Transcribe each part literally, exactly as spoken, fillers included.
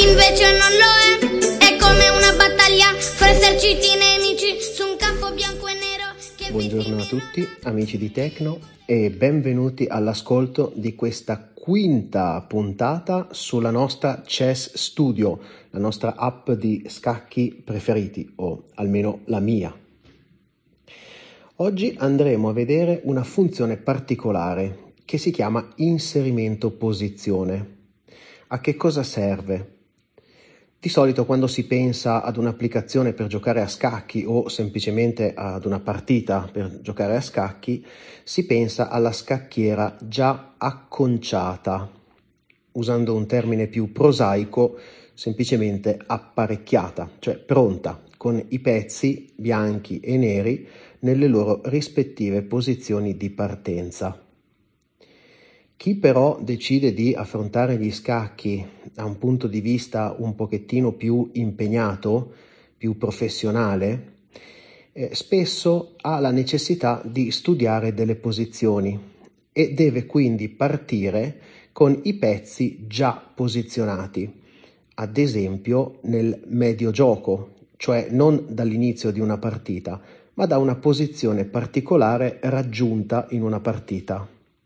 invece non lo è. È come una battaglia fra eserciti nemici su un campo bianco e nero che Buongiorno a tutti amici di Tecno e benvenuti all'ascolto di questa quinta puntata sulla nostra Chess Studio, la nostra app di scacchi preferiti, o almeno la mia. Oggi andremo a vedere una funzione particolare che si chiama inserimento posizione. A che cosa serve? Di solito quando si pensa ad un'applicazione per giocare a scacchi o semplicemente ad una partita per giocare a scacchi, si pensa alla scacchiera già acconciata, usando un termine più prosaico, semplicemente apparecchiata, cioè pronta, con i pezzi bianchi e neri nelle loro rispettive posizioni di partenza. Chi però decide di affrontare gli scacchi da un punto di vista un pochettino più impegnato, più professionale, eh, spesso ha la necessità di studiare delle posizioni e deve quindi partire con i pezzi già posizionati, ad esempio nel medio gioco, cioè non dall'inizio di una partita, ma da una posizione particolare raggiunta in una partita.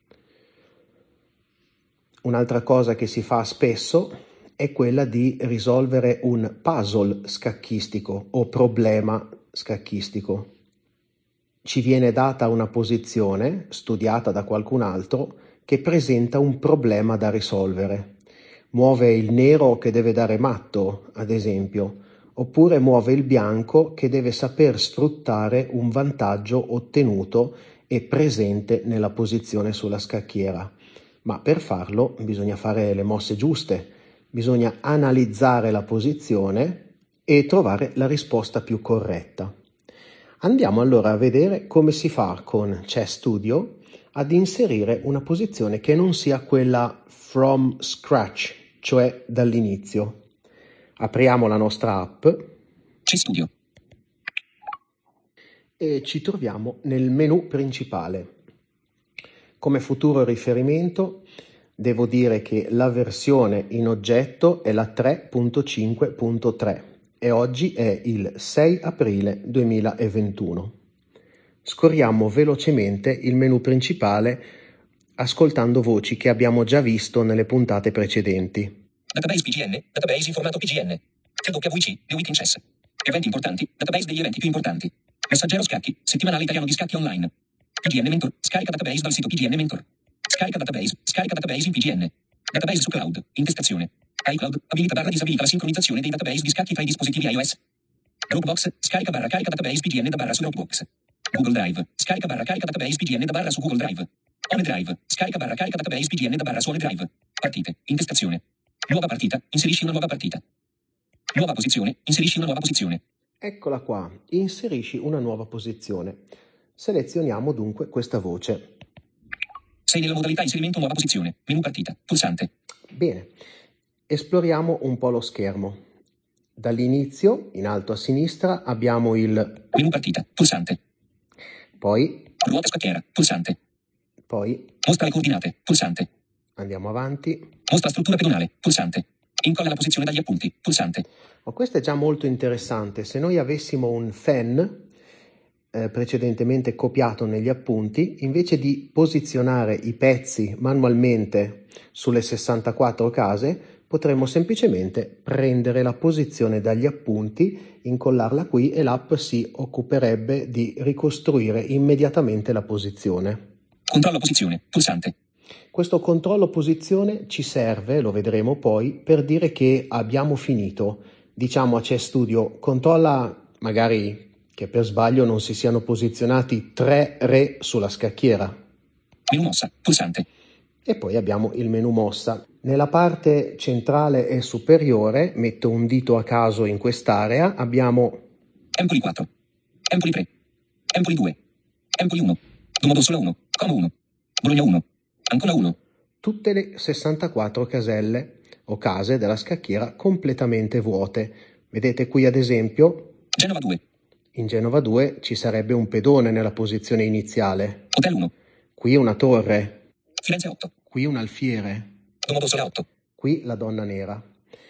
Un'altra cosa che si fa spesso è quella di risolvere un puzzle scacchistico o problema scacchistico. Ci viene data una posizione, studiata da qualcun altro, che presenta un problema da risolvere. Muove il nero che deve dare matto, ad esempio, oppure muove il bianco che deve saper sfruttare un vantaggio ottenuto e presente nella posizione sulla scacchiera. Ma per farlo bisogna fare le mosse giuste, bisogna analizzare la posizione e trovare la risposta più corretta. Andiamo allora a vedere come si fa con Chess Studio ad inserire una posizione che non sia quella from scratch, cioè dall'inizio. Apriamo la nostra app Chess Studio e ci troviamo nel menu principale. Come futuro riferimento devo dire che la versione in oggetto è la tre punto cinque punto tre e oggi è il sei aprile duemilaventuno. Scorriamo velocemente il menu principale ascoltando voci che abbiamo già visto nelle puntate precedenti. Database P G N, database in formato P G N. T W C, The Week in Chess. Eventi importanti, database degli eventi più importanti. Messaggero scacchi, settimanale italiano di scacchi online. P G N Mentor, scarica database dal sito P G N Mentor. Scarica database, scarica database in P G N. Database su cloud, intestazione. iCloud, abilita barra disabilita la sincronizzazione dei database di scacchi tra i dispositivi iOS. Dropbox, scarica barra carica database P G N da barra su Dropbox. Google Drive, scarica barra carica database P G N da barra su Google Drive. OneDrive, scarica barra carica database P G N da barra su OneDrive. Partite, intestazione. Nuova partita, inserisci una nuova partita. Nuova posizione, inserisci una nuova posizione. Eccola qua, inserisci una nuova posizione. Selezioniamo dunque questa voce. Sei nella modalità inserimento nuova posizione. Menu partita. Pulsante. Bene, esploriamo un po' lo schermo. Dall'inizio, in alto a sinistra, abbiamo il Menu partita. Pulsante. Poi, Ruota scacchiera. Pulsante. poi Mostra le coordinate. Pulsante. andiamo avanti. Mostra struttura pedonale. Pulsante. Incolla la posizione dagli appunti. Pulsante. Ma questo è già molto interessante. Se noi avessimo un fan eh, precedentemente copiato negli appunti, invece di posizionare i pezzi manualmente sulle sessantaquattro case, potremmo semplicemente prendere la posizione dagli appunti, incollarla qui e l'app si occuperebbe di ricostruire immediatamente la posizione. Controllo posizione. Pulsante. Questo controllo posizione ci serve, lo vedremo poi, per dire che abbiamo finito. Diciamo a Chess Studio, controlla magari che per sbaglio non si siano posizionati tre re sulla scacchiera. Menu mossa. Pulsante. E poi abbiamo il menu mossa. Nella parte centrale e superiore, metto un dito a caso in quest'area, abbiamo Empoli quattro. Empoli tre. Empoli due. Empoli uno. Domodossola uno. Como uno. Bologna uno. Ancora uno. tutte le sessantaquattro caselle o case della scacchiera completamente vuote. Vedete qui ad esempio Genova due. in Genova due ci sarebbe un pedone nella posizione iniziale. Hotel uno. Qui una torre. Firenze otto. Qui un alfiere. Domodossola otto. Qui la donna nera.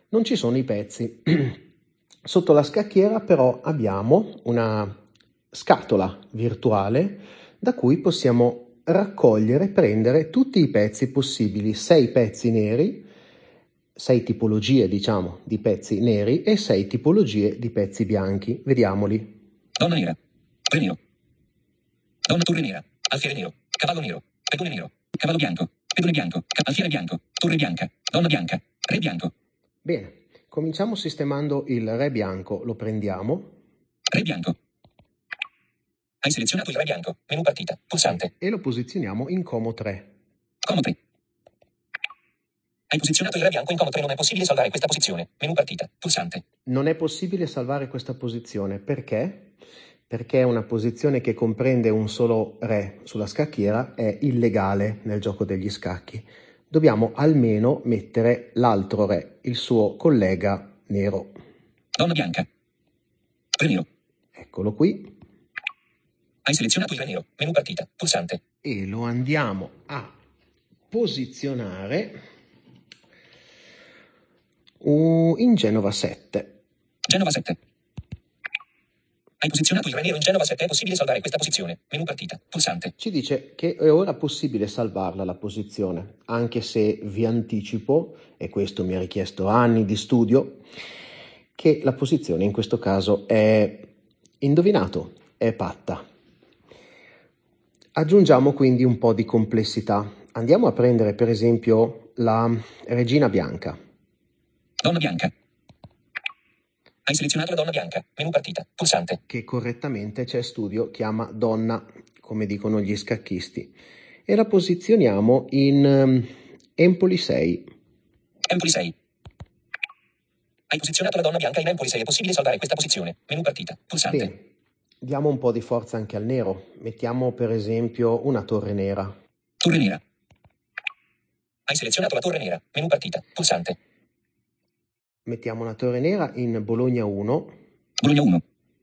non ci sono i pezzi. Sotto la scacchiera però abbiamo una scatola virtuale da cui possiamo raccogliere, prendere tutti i pezzi possibili, sei pezzi neri, sei tipologie diciamo di pezzi neri e sei tipologie di pezzi bianchi. Vediamoli. Donna nera, re nero, donna torre nera, alfiere nero, cavallo nero, pedone nero, cavallo bianco, pedone bianco, ca- alfiere bianco, torre bianca, donna bianca, re bianco, Bene, cominciamo sistemando il re bianco, lo prendiamo re bianco. Hai selezionato il re bianco, menu partita, pulsante, e lo posizioniamo in Como tre. Como tre. Hai posizionato il re bianco in Como tre, non è possibile salvare questa posizione, menu partita, pulsante. Non è possibile salvare questa posizione, perché? Perché una posizione che comprende un solo re sulla scacchiera è illegale nel gioco degli scacchi. Dobbiamo almeno mettere l'altro re, il suo collega nero. Donna bianca, re nero. Eccolo qui. Hai selezionato il re nero, menu partita, pulsante, E lo andiamo a posizionare uh, in Genova sette. Genova sette. Hai posizionato il re nero in Genova sette, è possibile salvare questa posizione, menu partita, pulsante. Ci dice che è ora possibile salvarla la posizione, anche se vi anticipo, e questo mi ha richiesto anni di studio, che la posizione in questo caso è, indovinato, è patta. Aggiungiamo quindi un po' di complessità. Andiamo a prendere per esempio la regina bianca. Donna bianca. Hai selezionato la donna bianca, menu partita, pulsante, Che correttamente c'è studio chiama donna, come dicono gli scacchisti, e la posizioniamo in um, Empoli sei. Empoli sei. Hai posizionato la donna bianca in Empoli sei, è possibile salvare questa posizione, menu partita, pulsante. Bene, diamo un po' di forza anche al nero, mettiamo per esempio una torre nera. Torre nera. Hai selezionato la torre nera, menu partita, pulsante, Mettiamo una torre nera in Bologna uno. Bologna uno.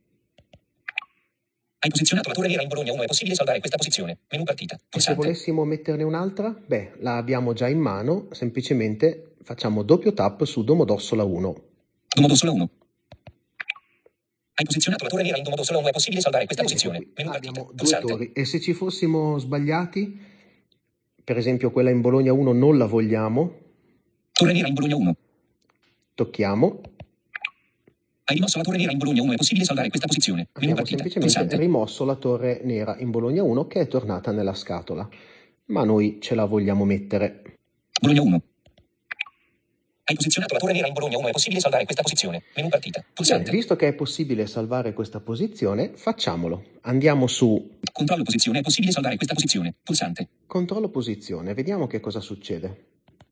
Hai posizionato la torre nera in Bologna uno, è possibile salvare questa posizione, menu partita, E se pulsante. volessimo metterne un'altra? Beh, la abbiamo già in mano, semplicemente facciamo doppio tap su Domodossola uno. Domodossola uno. Hai posizionato la torre nera in Domodossola uno, è possibile salvare questa Ed ecco posizione, qui, menu partita, abbiamo due pulsante. torri. E se ci fossimo sbagliati, per esempio quella in Bologna uno non la vogliamo, Torre nera in Bologna uno. tocchiamo, Hai rimosso la torre nera in Bologna uno, è possibile salvare questa posizione, menu abbiamo partita, semplicemente pulsante. rimosso la torre nera in Bologna uno che è tornata nella scatola, ma noi ce la vogliamo mettere. Bologna uno. Hai posizionato la torre nera in Bologna uno, è possibile salvare questa posizione, menu partita, Bene, pulsante. visto che è possibile salvare questa posizione, facciamolo. Andiamo su Controllo posizione, è possibile salvare questa posizione, pulsante. controllo posizione, vediamo che cosa succede.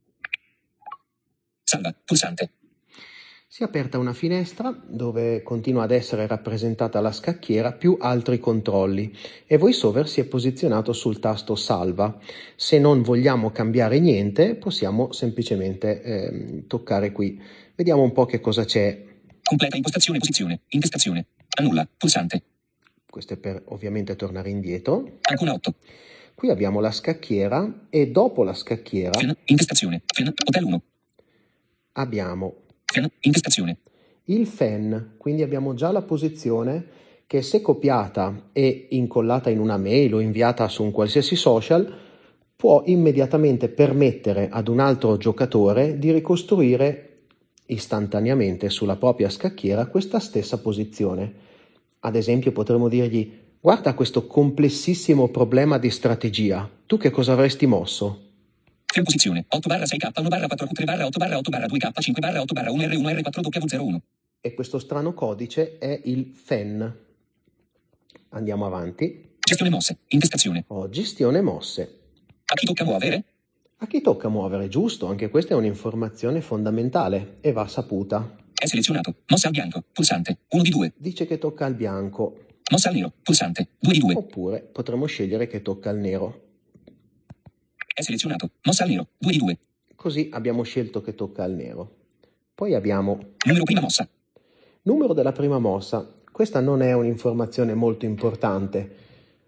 Salva, pulsante. Si è aperta una finestra dove continua ad essere rappresentata la scacchiera più altri controlli e VoiceOver si è posizionato sul tasto salva. Se non vogliamo cambiare niente possiamo semplicemente eh, toccare qui. Vediamo un po' che cosa c'è. Completa impostazione posizione, intestazione. Annulla, pulsante. Questo è per ovviamente tornare indietro. Ancora otto. Qui abbiamo la scacchiera e dopo la scacchiera Fen, intestazione. Fen, hotel uno. abbiamo Fen, intestazione. il fan, quindi abbiamo già la posizione che se copiata e incollata in una mail o inviata su un qualsiasi social può immediatamente permettere ad un altro giocatore di ricostruire istantaneamente sulla propria scacchiera questa stessa posizione. Ad esempio potremmo dirgli: guarda questo complessissimo problema di strategia, tu che cosa avresti mosso? Fen posizione, otto barra sei K, uno barra quattro Q tre barra otto barra otto barra due K, cinque barra otto barra uno R uno R quattro W zero uno. E questo strano codice è il fan. Andiamo avanti. Gestione mosse, intestazione. Ho gestione mosse. A chi tocca muovere? A chi tocca muovere, giusto? Anche questa è un'informazione fondamentale e va saputa. È selezionato. Mossa al bianco, pulsante, uno di due. Dice che tocca al bianco, Mossa al nero, pulsante, due di due. oppure potremmo scegliere che tocca al nero. È selezionato. Mossa al nero, due di due. Così abbiamo scelto che tocca al nero. Poi abbiamo Numero prima mossa. numero della prima mossa. Questa non è un'informazione molto importante.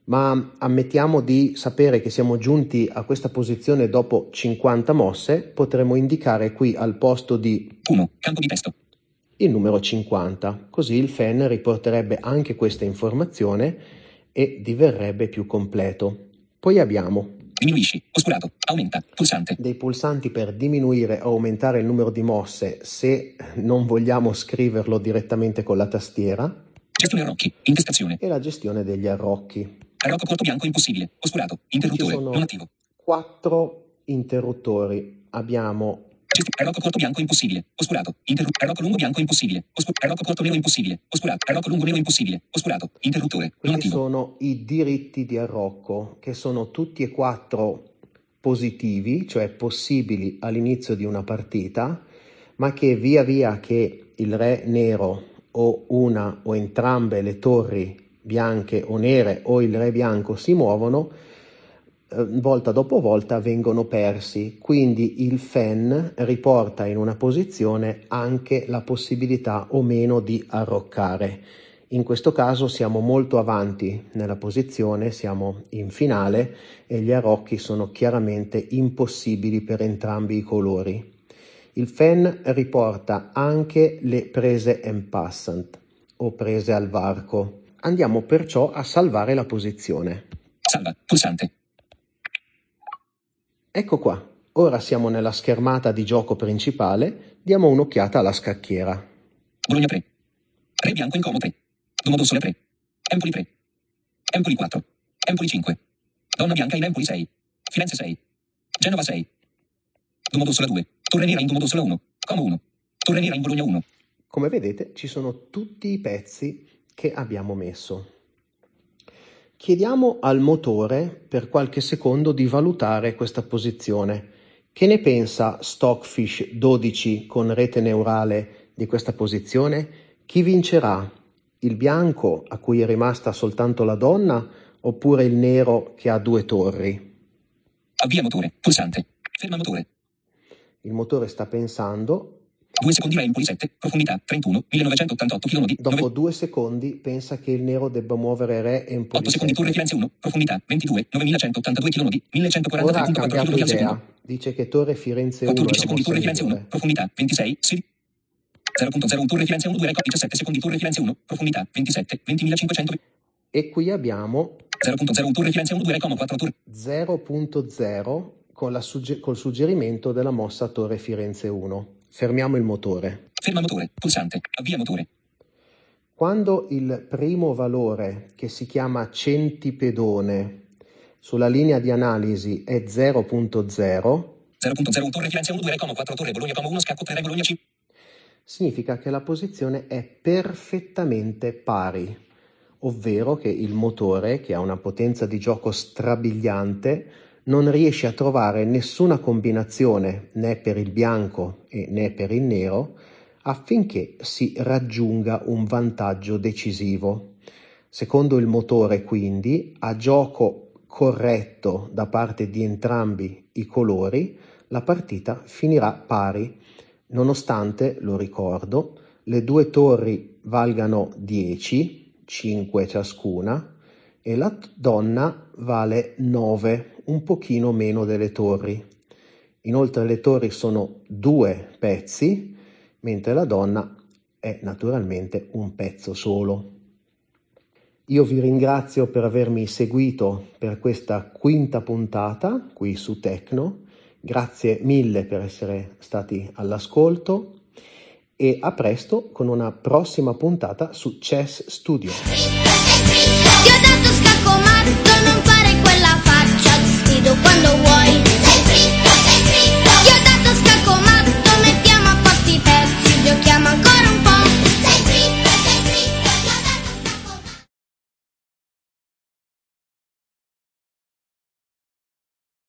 ma ammettiamo di sapere che siamo giunti a questa posizione dopo cinquanta mosse, potremo indicare qui al posto di uno. Campo di testo. il numero cinquanta, così il fan riporterebbe anche questa informazione e diverrebbe più completo. Poi abbiamo Diminuisci, oscurato, aumenta, pulsante. dei pulsanti per diminuire o aumentare il numero di mosse se non vogliamo scriverlo direttamente con la tastiera, Gestione arrocchi, intestazione. e la gestione degli arrocchi. Arrocco corto bianco impossibile, oscurato, Ci interruttore, sono non attivo. quattro interruttori. Abbiamo Gesti- arrocco corto bianco impossibile, oscurato, interruttore. Arrocco lungo bianco impossibile, oscurato. Arrocco corto nero impossibile, oscurato. Arrocco lungo nero impossibile, oscurato, interruttore, non Questi attivo. sono i diritti di arrocco, che sono tutti e quattro positivi, cioè possibili all'inizio di una partita, ma che via via che il re nero o una o entrambe le torri bianche o nere o il re bianco si muovono, eh, volta dopo volta vengono persi. Quindi il fan riporta in una posizione anche la possibilità o meno di arroccare. In questo caso siamo molto avanti nella posizione, siamo in finale e gli arrocchi sono chiaramente impossibili per entrambi i colori. Il fan riporta anche le prese en passant o prese al varco. Andiamo perciò a salvare la posizione. Salva, pulsante. Ecco qua, ora siamo nella schermata di gioco principale, diamo un'occhiata alla scacchiera. Bologna tre. Re bianco in Como tre. Domodossola tre. Empoli tre. Empoli quattro. Empoli cinque. Donna bianca in Empoli sei. Firenze sei. Genova sei. Domodossola due. Torre nera in Domodossola uno. Como uno. Torre nera in Bologna uno. Come vedete ci sono tutti i pezzi che abbiamo messo. Chiediamo al motore per qualche secondo di valutare questa posizione. Che ne pensa Stockfish dodici con rete neurale di questa posizione? Chi vincerà? Il bianco a cui è rimasta soltanto la donna oppure il nero che ha due torri? Avvia motore, pulsante. Ferma motore. Il motore sta pensando. due secondi Empoli sette, profondità trentuno, millenovecentottantotto chilometri. Dopo due secondi pensa che il nero debba muovere re Empoli otto secondi Torre sette. Firenze uno, profondità ventidue, novemilacentottantadue chilometri, Ora millecentoquarantatré ha virgola quattro cambiato chilometri al idea. secondo. Dice che Torre Firenze uno è quattordici la secondi mossa Torre Firenze uno, migliore. profondità ventisei, sì. zero virgola zero uno Torre Firenze uno, due record, diciassette secondi Torre Firenze uno, profondità ventisette, ventimilacinquecento. E qui abbiamo zero virgola zero uno Torre Firenze uno, due record, quattro Torre. zero punto zero con la sugge- col suggerimento della mossa Torre Firenze uno. Fermiamo il motore. Ferma motore, pulsante, avvia motore. Quando il primo valore, che si chiama centipedone, sulla linea di analisi è zero punto zero, zero virgola zero uno Torre Firenze uno, due record, quattro Torre Bologna Como uno, scacco tre re Bologna C. significa che la posizione è perfettamente pari, ovvero che il motore, che ha una potenza di gioco strabiliante, non riesce a trovare nessuna combinazione né per il bianco e né per il nero affinché si raggiunga un vantaggio decisivo. Secondo il motore, quindi, a gioco corretto da parte di entrambi i colori, la partita finirà pari, nonostante, lo ricordo, le due torri valgano dieci, cinque ciascuna, e la donna vale nove, un pochino meno delle torri. Inoltre le torri sono due pezzi, mentre la donna è naturalmente un pezzo solo. Io vi ringrazio per avermi seguito per questa quinta puntata qui su Tecno. Grazie mille per essere stati all'ascolto e a presto con una prossima puntata su Chess Studio.